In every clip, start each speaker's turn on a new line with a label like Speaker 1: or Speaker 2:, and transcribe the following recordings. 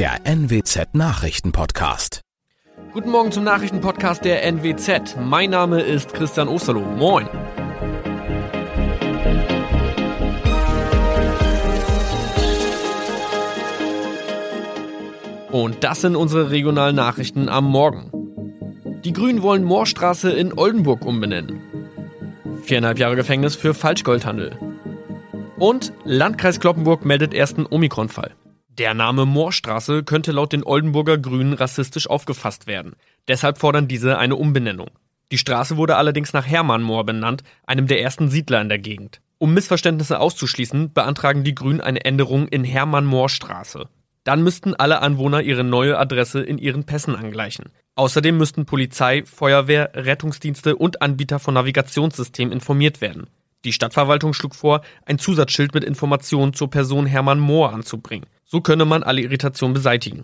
Speaker 1: der NWZ Nachrichtenpodcast.
Speaker 2: Guten Morgen zum Nachrichtenpodcast der NWZ. Mein Name ist Christian Osterloh. Moin. Und das sind unsere regionalen Nachrichten am Morgen. Die Grünen wollen Moorstraße in Oldenburg umbenennen. 4,5 Jahre Gefängnis für Falschgoldhandel. Und Landkreis Cloppenburg meldet ersten Omikron-Fall. Der Name Moorstraße könnte laut den Oldenburger Grünen rassistisch aufgefasst werden. Deshalb fordern diese eine Umbenennung. Die Straße wurde allerdings nach Hermann Mohr benannt, einem der ersten Siedler in der Gegend. Um Missverständnisse auszuschließen, beantragen die Grünen eine Änderung in Hermann-Mohr-Straße. Dann müssten alle Anwohner ihre neue Adresse in ihren Pässen angleichen. Außerdem müssten Polizei, Feuerwehr, Rettungsdienste und Anbieter von Navigationssystemen informiert werden. Die Stadtverwaltung schlug vor, ein Zusatzschild mit Informationen zur Person Hermann Mohr anzubringen. So könne man alle Irritationen beseitigen.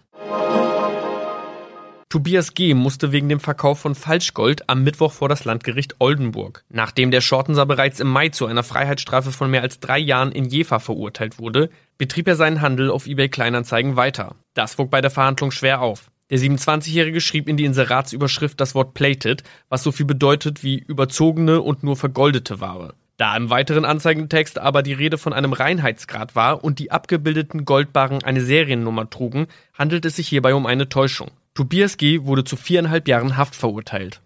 Speaker 2: Tobias G. musste wegen dem Verkauf von Falschgold am Mittwoch vor das Landgericht Oldenburg. Nachdem der Schortenser bereits im Mai zu einer Freiheitsstrafe von mehr als 3 Jahren in Jever verurteilt wurde, betrieb er seinen Handel auf eBay Kleinanzeigen weiter. Das wog bei der Verhandlung schwer auf. Der 27-Jährige schrieb in die Inseratsüberschrift das Wort plated, was so viel bedeutet wie überzogene und nur vergoldete Ware. Da im weiteren Anzeigentext aber die Rede von einem Reinheitsgrad war und die abgebildeten Goldbarren eine Seriennummer trugen, handelt es sich hierbei um eine Täuschung. Tobias G. wurde zu 4,5 Jahren Haft verurteilt.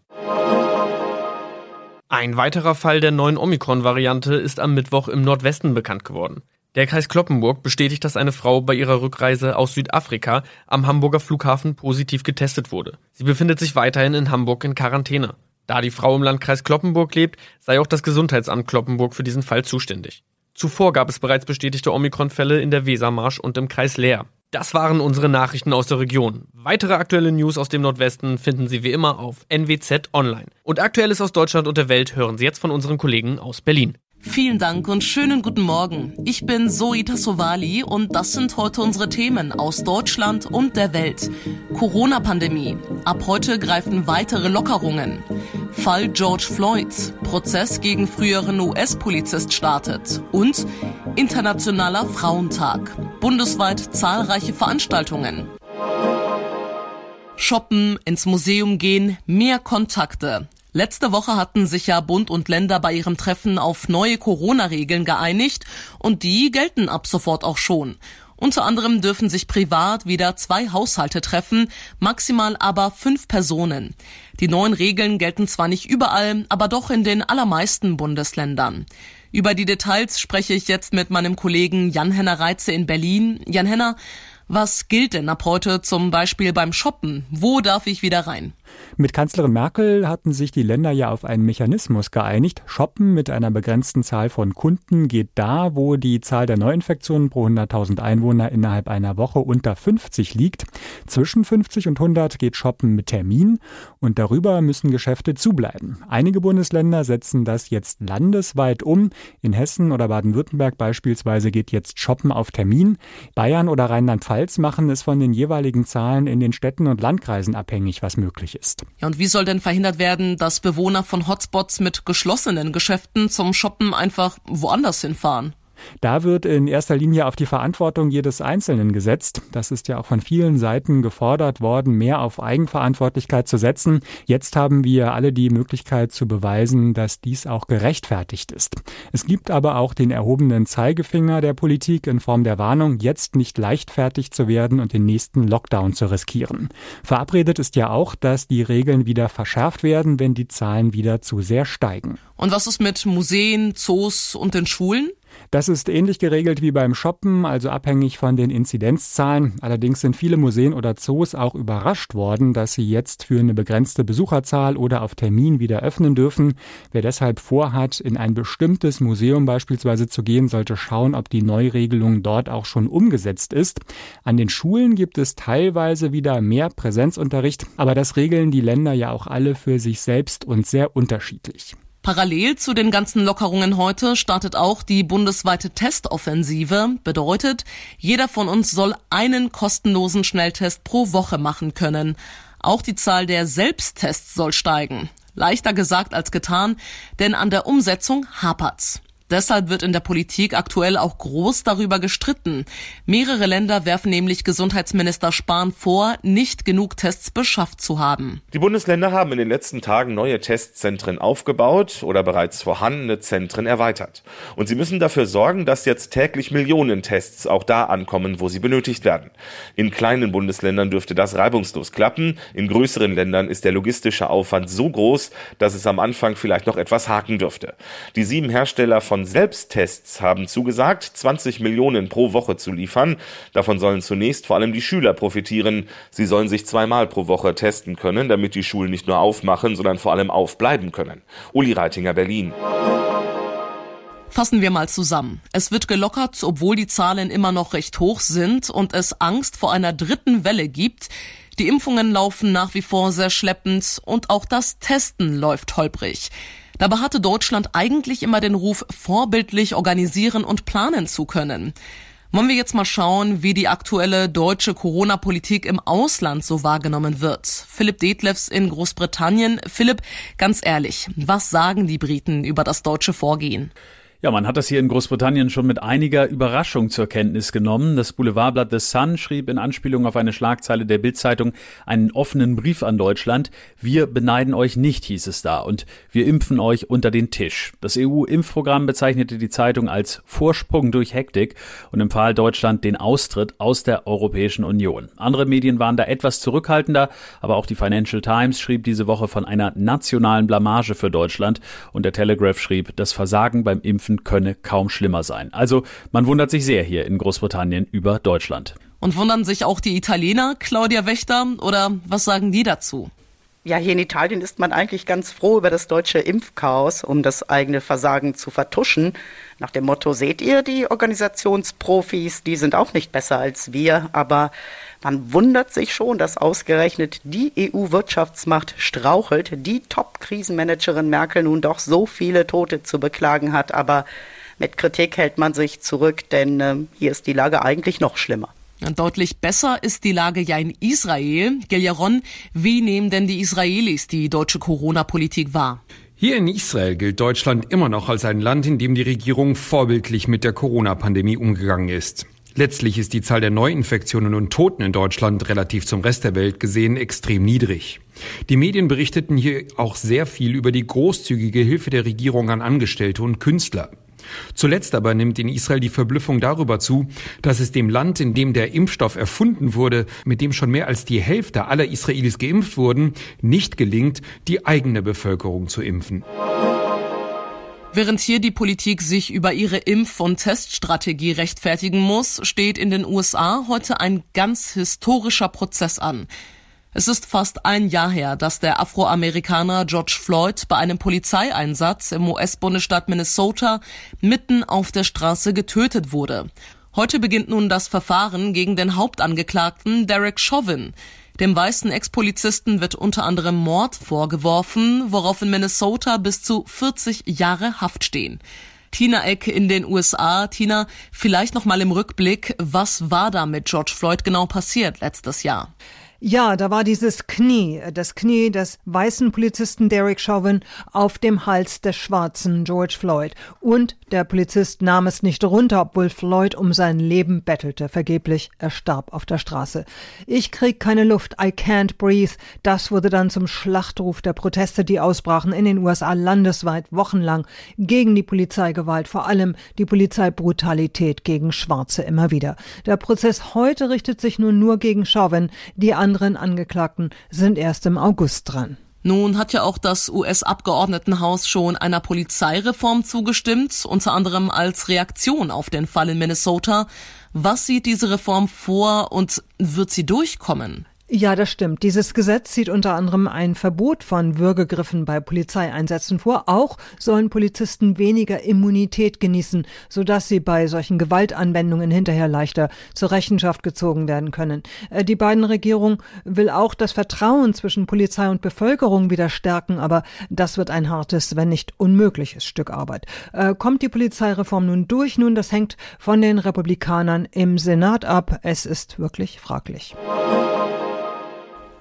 Speaker 2: Ein weiterer Fall der neuen Omikron-Variante ist am Mittwoch im Nordwesten bekannt geworden. Der Kreis Cloppenburg bestätigt, dass eine Frau bei ihrer Rückreise aus Südafrika am Hamburger Flughafen positiv getestet wurde. Sie befindet sich weiterhin in Hamburg in Quarantäne. Da die Frau im Landkreis Cloppenburg lebt, sei auch das Gesundheitsamt Cloppenburg für diesen Fall zuständig. Zuvor gab es bereits bestätigte Omikron-Fälle in der Wesermarsch und im Kreis Leer. Das waren unsere Nachrichten aus der Region. Weitere aktuelle News aus dem Nordwesten finden Sie wie immer auf NWZ Online. Und Aktuelles aus Deutschland und der Welt hören Sie jetzt von unseren Kollegen aus Berlin.
Speaker 3: Vielen Dank und schönen guten Morgen. Ich bin Zoe Tassovali und das sind heute unsere Themen aus Deutschland und der Welt. Corona-Pandemie. Ab heute greifen weitere Lockerungen. Fall George Floyd. Prozess gegen früheren US-Polizist startet. Und Internationaler Frauentag. Bundesweit zahlreiche Veranstaltungen. Shoppen, ins Museum gehen, mehr Kontakte. Letzte Woche hatten sich ja Bund und Länder bei ihrem Treffen auf neue Corona-Regeln geeinigt und die gelten ab sofort auch schon. Unter anderem dürfen sich privat wieder 2 Haushalte treffen, maximal aber 5 Personen. Die neuen Regeln gelten zwar nicht überall, aber doch in den allermeisten Bundesländern. Über die Details spreche ich jetzt mit meinem Kollegen Jan-Henner Reitze in Berlin. Jan-Henner, was gilt denn ab heute zum Beispiel beim Shoppen? Wo darf ich wieder rein?
Speaker 4: Mit Kanzlerin Merkel hatten sich die Länder ja auf einen Mechanismus geeinigt. Shoppen mit einer begrenzten Zahl von Kunden geht da, wo die Zahl der Neuinfektionen pro 100.000 Einwohner innerhalb einer Woche unter 50 liegt. Zwischen 50 und 100 geht Shoppen mit Termin und darüber müssen Geschäfte zubleiben. Einige Bundesländer setzen das jetzt landesweit um. In Hessen oder Baden-Württemberg beispielsweise geht jetzt Shoppen auf Termin. Bayern oder Rheinland-Pfalz machen es von den jeweiligen Zahlen in den Städten und Landkreisen abhängig, was möglich ist.
Speaker 3: Ja, und wie soll denn verhindert werden, dass Bewohner von Hotspots mit geschlossenen Geschäften zum Shoppen einfach woanders hinfahren?
Speaker 4: Da wird in erster Linie auf die Verantwortung jedes Einzelnen gesetzt. Das ist ja auch von vielen Seiten gefordert worden, mehr auf Eigenverantwortlichkeit zu setzen. Jetzt haben wir alle die Möglichkeit zu beweisen, dass dies auch gerechtfertigt ist. Es gibt aber auch den erhobenen Zeigefinger der Politik in Form der Warnung, jetzt nicht leichtfertig zu werden und den nächsten Lockdown zu riskieren. Verabredet ist ja auch, dass die Regeln wieder verschärft werden, wenn die Zahlen wieder zu sehr steigen.
Speaker 3: Und was ist mit Museen, Zoos und den Schulen?
Speaker 4: Das ist ähnlich geregelt wie beim Shoppen, also abhängig von den Inzidenzzahlen. Allerdings sind viele Museen oder Zoos auch überrascht worden, dass sie jetzt für eine begrenzte Besucherzahl oder auf Termin wieder öffnen dürfen. Wer deshalb vorhat, in ein bestimmtes Museum beispielsweise zu gehen, sollte schauen, ob die Neuregelung dort auch schon umgesetzt ist. An den Schulen gibt es teilweise wieder mehr Präsenzunterricht, aber das regeln die Länder ja auch alle für sich selbst und sehr unterschiedlich.
Speaker 3: Parallel zu den ganzen Lockerungen heute startet auch die bundesweite Testoffensive. Bedeutet, jeder von uns soll einen kostenlosen Schnelltest pro Woche machen können. Auch die Zahl der Selbsttests soll steigen. Leichter gesagt als getan, denn an der Umsetzung hapert's. Deshalb wird in der Politik aktuell auch groß darüber gestritten. Mehrere Länder werfen nämlich Gesundheitsminister Spahn vor, nicht genug Tests beschafft zu haben.
Speaker 5: Die Bundesländer haben in den letzten Tagen neue Testzentren aufgebaut oder bereits vorhandene Zentren erweitert. Und sie müssen dafür sorgen, dass jetzt täglich Millionen Tests auch da ankommen, wo sie benötigt werden. In kleinen Bundesländern dürfte das reibungslos klappen. In größeren Ländern ist der logistische Aufwand so groß, dass es am Anfang vielleicht noch etwas haken dürfte. Die 7 Hersteller von Selbsttests haben zugesagt, 20 Millionen pro Woche zu liefern. Davon sollen zunächst vor allem die Schüler profitieren. Sie sollen sich 2-mal pro Woche testen können, damit die Schulen nicht nur aufmachen, sondern vor allem aufbleiben können. Uli Reitinger, Berlin.
Speaker 3: Fassen wir mal zusammen. Es wird gelockert, obwohl die Zahlen immer noch recht hoch sind und es Angst vor einer dritten Welle gibt. Die Impfungen laufen nach wie vor sehr schleppend und auch das Testen läuft holprig. Dabei hatte Deutschland eigentlich immer den Ruf, vorbildlich organisieren und planen zu können. Wollen wir jetzt mal schauen, wie die aktuelle deutsche Corona-Politik im Ausland so wahrgenommen wird. Philipp Detlefs in Großbritannien. Philipp, ganz ehrlich, was sagen die Briten über das deutsche Vorgehen?
Speaker 6: Ja, man hat das hier in Großbritannien schon mit einiger Überraschung zur Kenntnis genommen. Das Boulevardblatt The Sun schrieb in Anspielung auf eine Schlagzeile der Bild-Zeitung einen offenen Brief an Deutschland. Wir beneiden euch nicht, hieß es da, und wir impfen euch unter den Tisch. Das EU-Impfprogramm bezeichnete die Zeitung als Vorsprung durch Hektik und empfahl Deutschland den Austritt aus der Europäischen Union. Andere Medien waren da etwas zurückhaltender, aber auch die Financial Times schrieb diese Woche von einer nationalen Blamage für Deutschland und der Telegraph schrieb, das Versagen beim Impfen könne kaum schlimmer sein. Also man wundert sich sehr hier in Großbritannien über Deutschland.
Speaker 3: Und wundern sich auch die Italiener, Claudia Wächter, oder was sagen die dazu?
Speaker 7: Ja, hier in Italien ist man eigentlich ganz froh über das deutsche Impfchaos, um das eigene Versagen zu vertuschen. Nach dem Motto, seht ihr, die Organisationsprofis, die sind auch nicht besser als wir, aber man wundert sich schon, dass ausgerechnet die EU-Wirtschaftsmacht strauchelt, die Top-Krisenmanagerin Merkel nun doch so viele Tote zu beklagen hat. Aber mit Kritik hält man sich zurück, denn hier ist die Lage eigentlich noch schlimmer.
Speaker 3: Deutlich besser ist die Lage ja in Israel. Giljaron, wie nehmen denn die Israelis die deutsche Corona-Politik wahr?
Speaker 8: Hier in Israel gilt Deutschland immer noch als ein Land, in dem die Regierung vorbildlich mit der Corona-Pandemie umgegangen ist. Letztlich ist die Zahl der Neuinfektionen und Toten in Deutschland relativ zum Rest der Welt gesehen extrem niedrig. Die Medien berichteten hier auch sehr viel über die großzügige Hilfe der Regierung an Angestellte und Künstler. Zuletzt aber nimmt in Israel die Verblüffung darüber zu, dass es dem Land, in dem der Impfstoff erfunden wurde, mit dem schon mehr als die Hälfte aller Israelis geimpft wurden, nicht gelingt, die eigene Bevölkerung zu impfen.
Speaker 3: Während hier die Politik sich über ihre Impf- und Teststrategie rechtfertigen muss, steht in den USA heute ein ganz historischer Prozess an. Es ist fast ein Jahr her, dass der Afroamerikaner George Floyd bei einem Polizeieinsatz im US-Bundesstaat Minnesota mitten auf der Straße getötet wurde. Heute beginnt nun das Verfahren gegen den Hauptangeklagten Derek Chauvin. Dem weißen Ex-Polizisten wird unter anderem Mord vorgeworfen, worauf in Minnesota bis zu 40 Jahre Haft stehen. Tina Eck in den USA. Tina, vielleicht noch mal im Rückblick, was war da mit George Floyd genau passiert letztes Jahr?
Speaker 9: Ja, da war das Knie des weißen Polizisten Derek Chauvin auf dem Hals des schwarzen George Floyd. Und der Polizist nahm es nicht runter, obwohl Floyd um sein Leben bettelte. Vergeblich, er starb auf der Straße. Ich krieg keine Luft, I can't breathe. Das wurde dann zum Schlachtruf der Proteste, die ausbrachen in den USA landesweit wochenlang gegen die Polizeigewalt, vor allem die Polizeibrutalität gegen Schwarze immer wieder. Der Prozess heute richtet sich nun nur gegen Chauvin. Die anderen Angeklagten sind erst im August dran.
Speaker 3: Nun hat ja auch das US-Abgeordnetenhaus schon einer Polizeireform zugestimmt, unter anderem als Reaktion auf den Fall in Minnesota. Was sieht diese Reform vor und wird sie durchkommen?
Speaker 9: Ja, das stimmt. Dieses Gesetz sieht unter anderem ein Verbot von Würgegriffen bei Polizeieinsätzen vor. Auch sollen Polizisten weniger Immunität genießen, sodass sie bei solchen Gewaltanwendungen hinterher leichter zur Rechenschaft gezogen werden können. Die Biden-Regierung will auch das Vertrauen zwischen Polizei und Bevölkerung wieder stärken, aber das wird ein hartes, wenn nicht unmögliches Stück Arbeit. Kommt die Polizeireform nun durch? Nun, das hängt von den Republikanern im Senat ab. Es ist wirklich fraglich.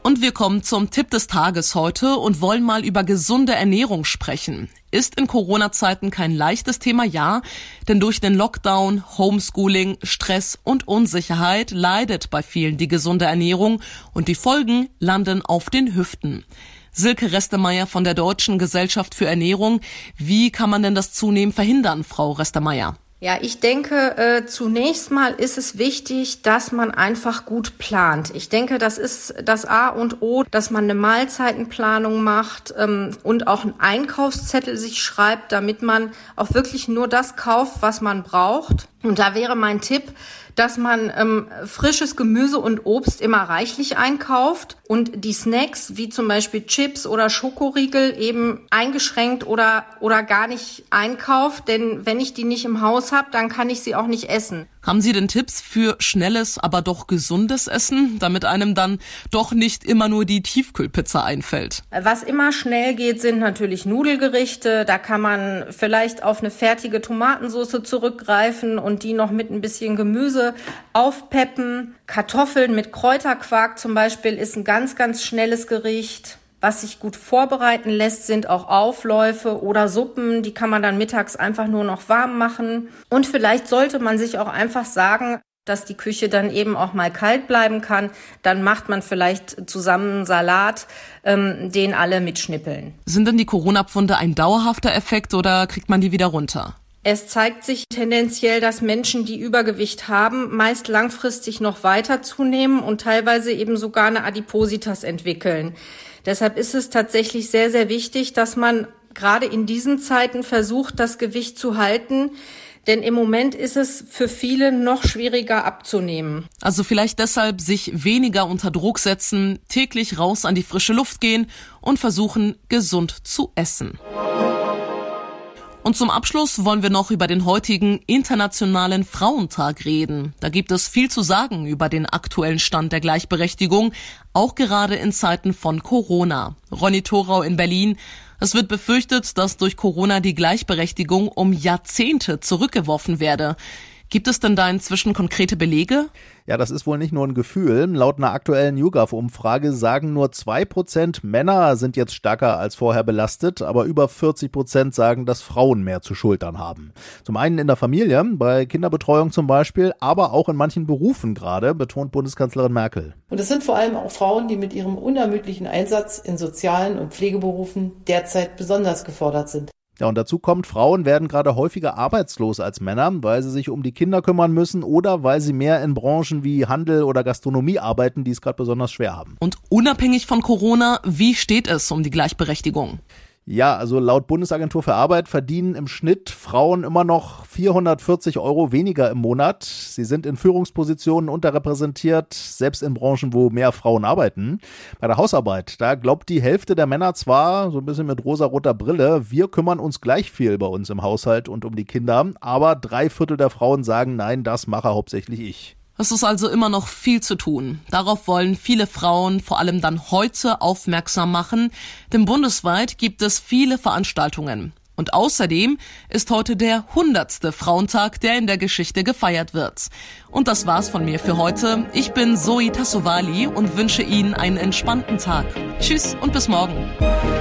Speaker 3: Und wir kommen zum Tipp des Tages heute und wollen mal über gesunde Ernährung sprechen. Ist in Corona-Zeiten kein leichtes Thema, ja, denn durch den Lockdown, Homeschooling, Stress und Unsicherheit leidet bei vielen die gesunde Ernährung und die Folgen landen auf den Hüften. Silke Restemeyer von der Deutschen Gesellschaft für Ernährung. Wie kann man denn das Zunehmend verhindern, Frau Restemeyer?
Speaker 10: Ja, ich denke, zunächst mal ist es wichtig, dass man einfach gut plant. Ich denke, das ist das A und O, dass man eine Mahlzeitenplanung macht und auch einen Einkaufszettel sich schreibt, damit man auch wirklich nur das kauft, was man braucht. Und da wäre mein Tipp, dass man frisches Gemüse und Obst immer reichlich einkauft und die Snacks wie zum Beispiel Chips oder Schokoriegel eben eingeschränkt oder gar nicht einkauft, denn wenn ich die nicht im Haus habe, dann kann ich sie auch nicht essen.
Speaker 3: Haben Sie denn Tipps für schnelles, aber doch gesundes Essen, damit einem dann doch nicht immer nur die Tiefkühlpizza einfällt?
Speaker 10: Was immer schnell geht, sind natürlich Nudelgerichte. Da kann man vielleicht auf eine fertige Tomatensauce zurückgreifen und die noch mit ein bisschen Gemüse aufpeppen. Kartoffeln mit Kräuterquark zum Beispiel ist ein ganz, ganz schnelles Gericht. Was sich gut vorbereiten lässt, sind auch Aufläufe oder Suppen. Die kann man dann mittags einfach nur noch warm machen. Und vielleicht sollte man sich auch einfach sagen, dass die Küche dann eben auch mal kalt bleiben kann. Dann macht man vielleicht zusammen einen Salat, den alle mitschnippeln.
Speaker 3: Sind denn die Corona-Pfunde ein dauerhafter Effekt oder kriegt man die wieder runter?
Speaker 10: Es zeigt sich tendenziell, dass Menschen, die Übergewicht haben, meist langfristig noch weiter zunehmen und teilweise eben sogar eine Adipositas entwickeln. Deshalb ist es tatsächlich sehr, sehr wichtig, dass man gerade in diesen Zeiten versucht, das Gewicht zu halten. Denn im Moment ist es für viele noch schwieriger abzunehmen.
Speaker 3: Also vielleicht deshalb sich weniger unter Druck setzen, täglich raus an die frische Luft gehen und versuchen, gesund zu essen. Und zum Abschluss wollen wir noch über den heutigen Internationalen Frauentag reden. Da gibt es viel zu sagen über den aktuellen Stand der Gleichberechtigung, auch gerade in Zeiten von Corona. Ronny Thorau in Berlin. Es wird befürchtet, dass durch Corona die Gleichberechtigung um Jahrzehnte zurückgeworfen werde. Gibt es denn da inzwischen konkrete Belege?
Speaker 11: Ja, das ist wohl nicht nur ein Gefühl. Laut einer aktuellen YouGov-Umfrage sagen nur 2% Männer sind jetzt stärker als vorher belastet, aber über 40% sagen, dass Frauen mehr zu schultern haben. Zum einen in der Familie, bei Kinderbetreuung zum Beispiel, aber auch in manchen Berufen gerade, betont Bundeskanzlerin Merkel.
Speaker 12: Und es sind vor allem auch Frauen, die mit ihrem unermüdlichen Einsatz in sozialen und Pflegeberufen derzeit besonders gefordert sind.
Speaker 11: Ja, und dazu kommt, Frauen werden gerade häufiger arbeitslos als Männer, weil sie sich um die Kinder kümmern müssen oder weil sie mehr in Branchen wie Handel oder Gastronomie arbeiten, die es gerade besonders schwer haben.
Speaker 3: Und unabhängig von Corona, wie steht es um die Gleichberechtigung?
Speaker 11: Ja, also laut Bundesagentur für Arbeit verdienen im Schnitt Frauen immer noch 440 € weniger im Monat. Sie sind in Führungspositionen unterrepräsentiert, selbst in Branchen, wo mehr Frauen arbeiten. Bei der Hausarbeit, da glaubt die Hälfte der Männer zwar, so ein bisschen mit rosaroter Brille, wir kümmern uns gleich viel bei uns im Haushalt und um die Kinder, aber 3/4 der Frauen sagen, nein, das mache hauptsächlich ich.
Speaker 3: Es ist also immer noch viel zu tun. Darauf wollen viele Frauen vor allem dann heute aufmerksam machen, denn bundesweit gibt es viele Veranstaltungen. Und außerdem ist heute der 100. Frauentag, der in der Geschichte gefeiert wird. Und das war's von mir für heute. Ich bin Zoe Tassovali und wünsche Ihnen einen entspannten Tag. Tschüss und bis morgen.